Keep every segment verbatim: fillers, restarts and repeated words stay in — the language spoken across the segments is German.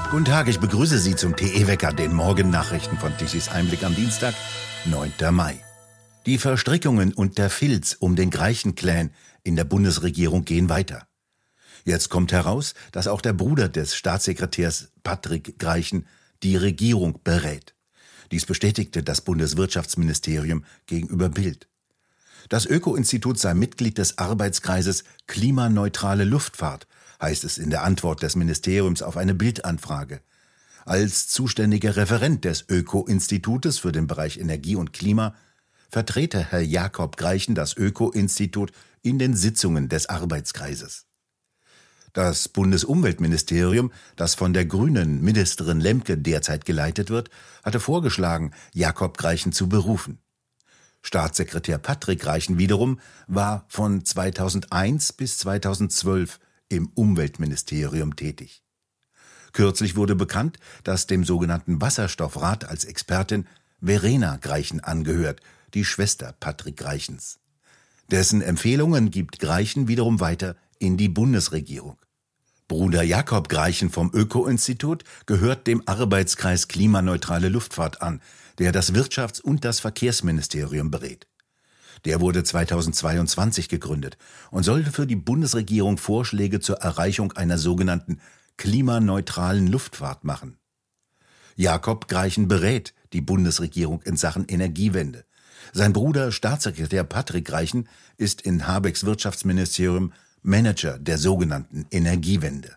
Guten Tag, ich begrüße Sie zum T E-Wecker, den Morgennachrichten von Tichys Einblick am Dienstag, neunten Mai. Die Verstrickungen und der Filz um den Greichen-Clan in der Bundesregierung gehen weiter. Jetzt kommt heraus, dass auch der Bruder des Staatssekretärs Patrick Greichen die Regierung berät. Dies bestätigte das Bundeswirtschaftsministerium gegenüber Bild. Das Öko-Institut sei Mitglied des Arbeitskreises Klimaneutrale Luftfahrt, heißt es in der Antwort des Ministeriums auf eine Bild-Anfrage. Als zuständiger Referent des Öko-Institutes für den Bereich Energie und Klima vertrete Herr Jakob Greichen das Öko-Institut in den Sitzungen des Arbeitskreises. Das Bundesumweltministerium, das von der grünen Ministerin Lemke derzeit geleitet wird, hatte vorgeschlagen, Jakob Greichen zu berufen. Staatssekretär Patrick Greichen wiederum war von zweitausendeins bis zweitausendzwölf im Umweltministerium tätig. Kürzlich wurde bekannt, dass dem sogenannten Wasserstoffrat als Expertin Verena Greichen angehört, die Schwester Patrick Greichens. Dessen Empfehlungen gibt Greichen wiederum weiter in die Bundesregierung. Bruder Jakob Greichen vom Öko-Institut gehört dem Arbeitskreis Klimaneutrale Luftfahrt an, der das Wirtschafts- und das Verkehrsministerium berät. Der wurde zweitausendzweiundzwanzig gegründet und sollte für die Bundesregierung Vorschläge zur Erreichung einer sogenannten klimaneutralen Luftfahrt machen. Jakob Greichen berät die Bundesregierung in Sachen Energiewende. Sein Bruder Staatssekretär Patrick Greichen ist in Habecks Wirtschaftsministerium Manager der sogenannten Energiewende.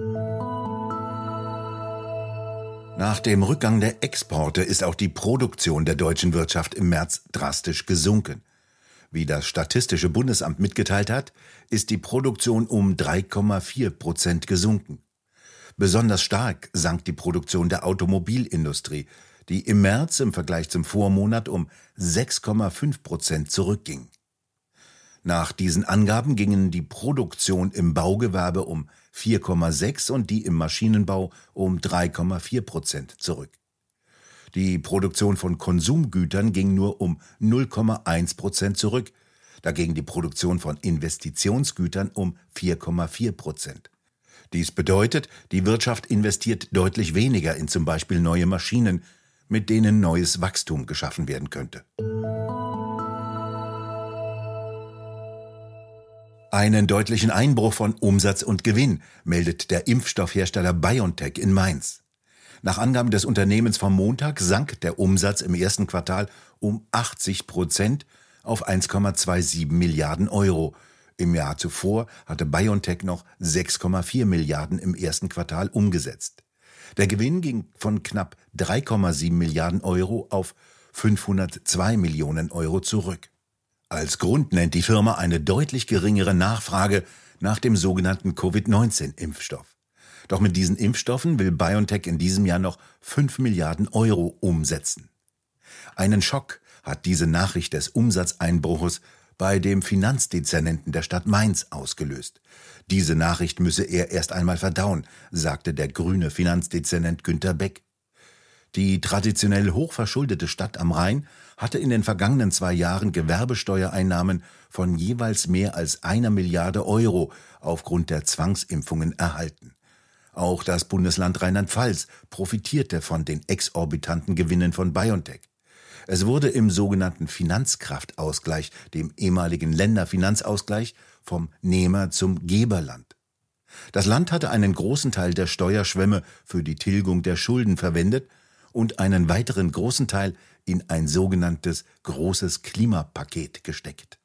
Nach dem Rückgang der Exporte ist auch die Produktion der deutschen Wirtschaft im März drastisch gesunken. Wie das Statistische Bundesamt mitgeteilt hat, ist die Produktion um drei Komma vier Prozent gesunken. Besonders stark sank die Produktion der Automobilindustrie, die im März im Vergleich zum Vormonat um sechs Komma fünf Prozent zurückging. Nach diesen Angaben gingen die Produktion im Baugewerbe um vier Komma sechs und die im Maschinenbau um drei Komma vier Prozent zurück. Die Produktion von Konsumgütern ging nur um null Komma eins Prozent zurück, dagegen die Produktion von Investitionsgütern um vier Komma vier Prozent. Dies bedeutet, die Wirtschaft investiert deutlich weniger in zum Beispiel neue Maschinen, mit denen neues Wachstum geschaffen werden könnte. Einen deutlichen Einbruch von Umsatz und Gewinn meldet der Impfstoffhersteller BioNTech in Mainz. Nach Angaben des Unternehmens vom Montag sank der Umsatz im ersten Quartal um achtzig Prozent auf eins Komma siebenundzwanzig Milliarden Euro. Im Jahr zuvor hatte BioNTech noch sechs Komma vier Milliarden im ersten Quartal umgesetzt. Der Gewinn ging von knapp drei Komma sieben Milliarden Euro auf fünfhundertzwei Millionen Euro zurück. Als Grund nennt die Firma eine deutlich geringere Nachfrage nach dem sogenannten Covid neunzehn Impfstoff. Doch mit diesen Impfstoffen will BioNTech in diesem Jahr noch fünf Milliarden Euro umsetzen. Einen Schock hat diese Nachricht des Umsatzeinbruches bei dem Finanzdezernenten der Stadt Mainz ausgelöst. Diese Nachricht müsse er erst einmal verdauen, sagte der grüne Finanzdezernent Günter Beck. Die traditionell hochverschuldete Stadt am Rhein hatte in den vergangenen zwei Jahren Gewerbesteuereinnahmen von jeweils mehr als einer Milliarde Euro aufgrund der Zwangsimpfungen erhalten. Auch das Bundesland Rheinland-Pfalz profitierte von den exorbitanten Gewinnen von BioNTech. Es wurde im sogenannten Finanzkraftausgleich, dem ehemaligen Länderfinanzausgleich, vom Nehmer zum Geberland. Das Land hatte einen großen Teil der Steuerschwemme für die Tilgung der Schulden verwendet und einen weiteren großen Teil in ein sogenanntes großes Klimapaket gesteckt.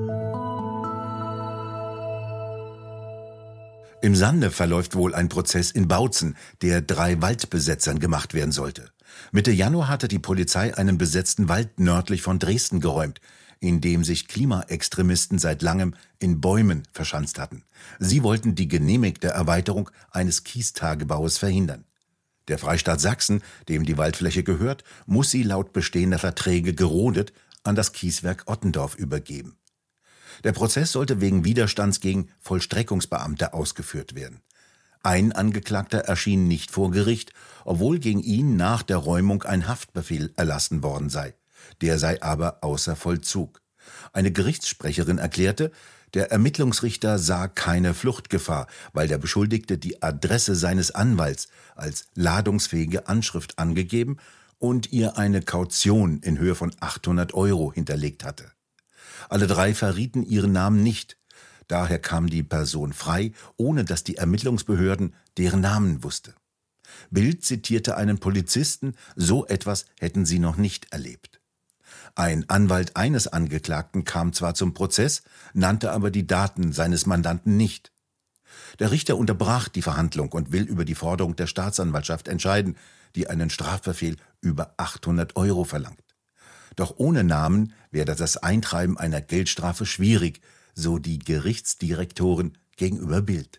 Im Sande verläuft wohl ein Prozess in Bautzen, der drei Waldbesetzern gemacht werden sollte. Mitte Januar hatte die Polizei einen besetzten Wald nördlich von Dresden geräumt, in dem sich Klimaextremisten seit langem in Bäumen verschanzt hatten. Sie wollten die genehmigte Erweiterung eines Kiestagebaues verhindern. Der Freistaat Sachsen, dem die Waldfläche gehört, muss sie laut bestehender Verträge gerodet an das Kieswerk Ottendorf übergeben. Der Prozess sollte wegen Widerstands gegen Vollstreckungsbeamte ausgeführt werden. Ein Angeklagter erschien nicht vor Gericht, obwohl gegen ihn nach der Räumung ein Haftbefehl erlassen worden sei. Der sei aber außer Vollzug. Eine Gerichtssprecherin erklärte, Der Ermittlungsrichter sah keine Fluchtgefahr, weil der Beschuldigte die Adresse seines Anwalts als ladungsfähige Anschrift angegeben und ihr eine Kaution in Höhe von achthundert Euro hinterlegt hatte. Alle drei verrieten ihren Namen nicht. Daher kam die Person frei, ohne dass die Ermittlungsbehörden deren Namen wusste. Bild zitierte einen Polizisten, so etwas hätten sie noch nicht erlebt. Ein Anwalt eines Angeklagten kam zwar zum Prozess, nannte aber die Daten seines Mandanten nicht. Der Richter unterbrach die Verhandlung und will über die Forderung der Staatsanwaltschaft entscheiden, die einen Strafbefehl über achthundert Euro verlangt. Doch ohne Namen werde das Eintreiben einer Geldstrafe schwierig, so die Gerichtsdirektorin gegenüber Bild.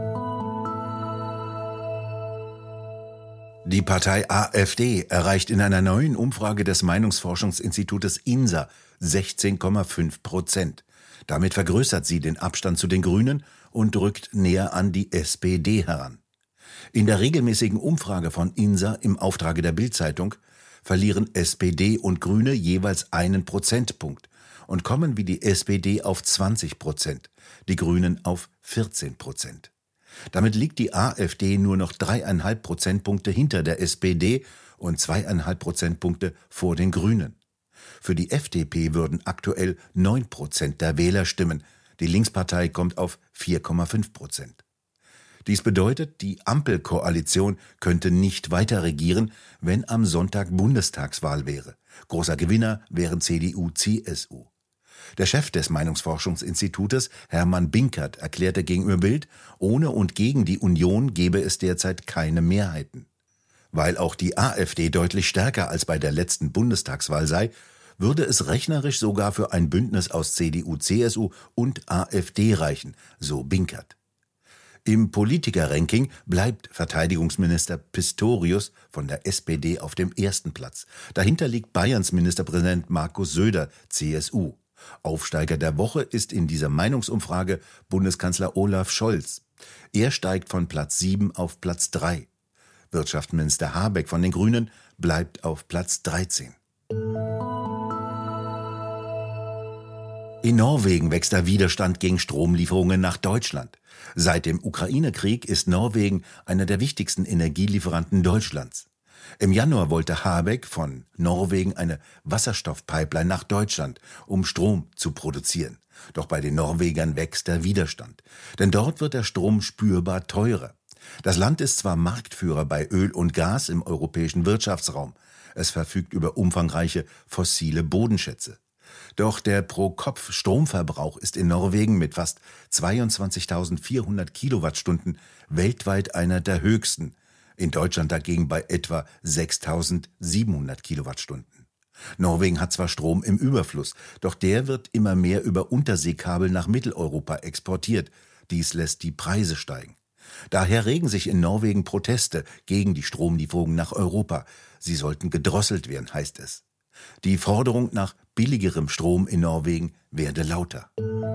Die Partei AfD erreicht in einer neuen Umfrage des Meinungsforschungsinstitutes INSA sechzehn Komma fünf Prozent. Damit vergrößert sie den Abstand zu den Grünen und rückt näher an die S P D heran. In der regelmäßigen Umfrage von INSA im Auftrage der Bild-Zeitung verlieren S P D und Grüne jeweils einen Prozentpunkt und kommen wie die S P D auf zwanzig Prozent, die Grünen auf vierzehn Prozent. Damit liegt die AfD nur noch dreieinhalb Prozentpunkte hinter der S P D und zweieinhalb Prozentpunkte vor den Grünen. Für die F D P würden aktuell neun Prozent der Wähler stimmen. Die Linkspartei kommt auf vier Komma fünf Prozent. Dies bedeutet, die Ampelkoalition könnte nicht weiter regieren, wenn am Sonntag Bundestagswahl wäre. Großer Gewinner wären C D U C S U. Der Chef des Meinungsforschungsinstitutes, Hermann Binkert, erklärte gegenüber Bild, ohne und gegen die Union gebe es derzeit keine Mehrheiten. Weil auch die AfD deutlich stärker als bei der letzten Bundestagswahl sei, würde es rechnerisch sogar für ein Bündnis aus C D U C S U und AfD reichen, so Binkert. Im Politiker-Ranking bleibt Verteidigungsminister Pistorius von der S P D auf dem ersten Platz. Dahinter liegt Bayerns Ministerpräsident Markus Söder, C S U. Aufsteiger der Woche ist in dieser Meinungsumfrage Bundeskanzler Olaf Scholz. Er steigt von Platz sieben auf Platz drei. Wirtschaftsminister Habeck von den Grünen bleibt auf Platz dreizehn. In Norwegen wächst der Widerstand gegen Stromlieferungen nach Deutschland. Seit dem Ukraine-Krieg ist Norwegen einer der wichtigsten Energielieferanten Deutschlands. Im Januar wollte Habeck von Norwegen eine Wasserstoffpipeline nach Deutschland, um Strom zu produzieren. Doch bei den Norwegern wächst der Widerstand. Denn dort wird der Strom spürbar teurer. Das Land ist zwar Marktführer bei Öl und Gas im europäischen Wirtschaftsraum. Es verfügt über umfangreiche fossile Bodenschätze. Doch der Pro-Kopf-Stromverbrauch ist in Norwegen mit fast zweiundzwanzigtausendvierhundert Kilowattstunden weltweit einer der höchsten. In Deutschland dagegen bei etwa sechstausendsiebenhundert Kilowattstunden. Norwegen hat zwar Strom im Überfluss, doch der wird immer mehr über Unterseekabel nach Mitteleuropa exportiert. Dies lässt die Preise steigen. Daher regen sich in Norwegen Proteste gegen die Stromlieferungen nach Europa. Sie sollten gedrosselt werden, heißt es. Die Forderung nach billigerem Strom in Norwegen werde lauter.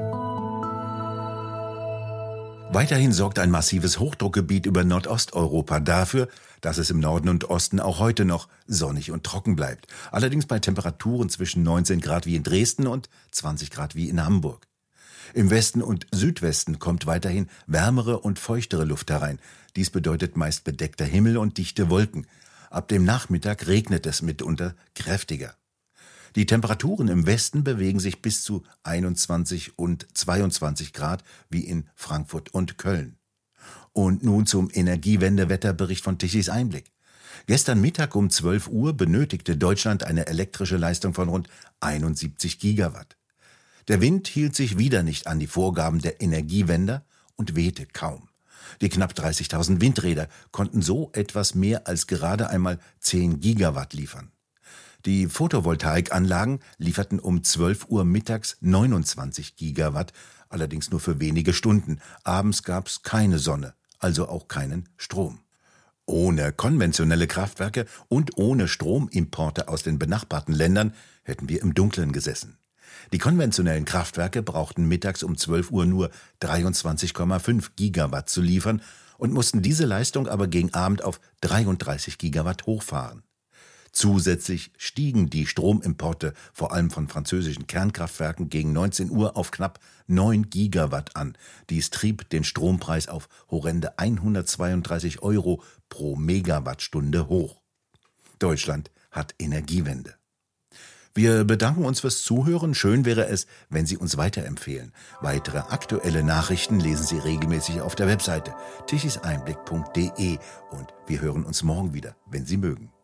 Weiterhin sorgt ein massives Hochdruckgebiet über Nordosteuropa dafür, dass es im Norden und Osten auch heute noch sonnig und trocken bleibt. Allerdings bei Temperaturen zwischen neunzehn Grad wie in Dresden und zwanzig Grad wie in Hamburg. Im Westen und Südwesten kommt weiterhin wärmere und feuchtere Luft herein. Dies bedeutet meist bedeckter Himmel und dichte Wolken. Ab dem Nachmittag regnet es mitunter kräftiger. Die Temperaturen im Westen bewegen sich bis zu einundzwanzig und zweiundzwanzig Grad wie in Frankfurt und Köln. Und nun zum Energiewende-Wetterbericht von Tichys Einblick. Gestern Mittag um zwölf Uhr benötigte Deutschland eine elektrische Leistung von rund einundsiebzig Gigawatt. Der Wind hielt sich wieder nicht an die Vorgaben der Energiewender und wehte kaum. Die knapp dreißigtausend Windräder konnten so etwas mehr als gerade einmal zehn Gigawatt liefern. Die Photovoltaikanlagen lieferten um zwölf Uhr mittags neunundzwanzig Gigawatt, allerdings nur für wenige Stunden. Abends gab es keine Sonne, also auch keinen Strom. Ohne konventionelle Kraftwerke und ohne Stromimporte aus den benachbarten Ländern hätten wir im Dunkeln gesessen. Die konventionellen Kraftwerke brauchten mittags um zwölf Uhr nur dreiundzwanzig Komma fünf Gigawatt zu liefern und mussten diese Leistung aber gegen Abend auf dreiunddreißig Gigawatt hochfahren. Zusätzlich stiegen die Stromimporte, vor allem von französischen Kernkraftwerken, gegen neunzehn Uhr auf knapp neun Gigawatt an. Dies trieb den Strompreis auf horrende hundertzweiunddreißig Euro pro Megawattstunde hoch. Deutschland hat Energiewende. Wir bedanken uns fürs Zuhören. Schön wäre es, wenn Sie uns weiterempfehlen. Weitere aktuelle Nachrichten lesen Sie regelmäßig auf der Webseite tichiseinblick punkt de und wir hören uns morgen wieder, wenn Sie mögen.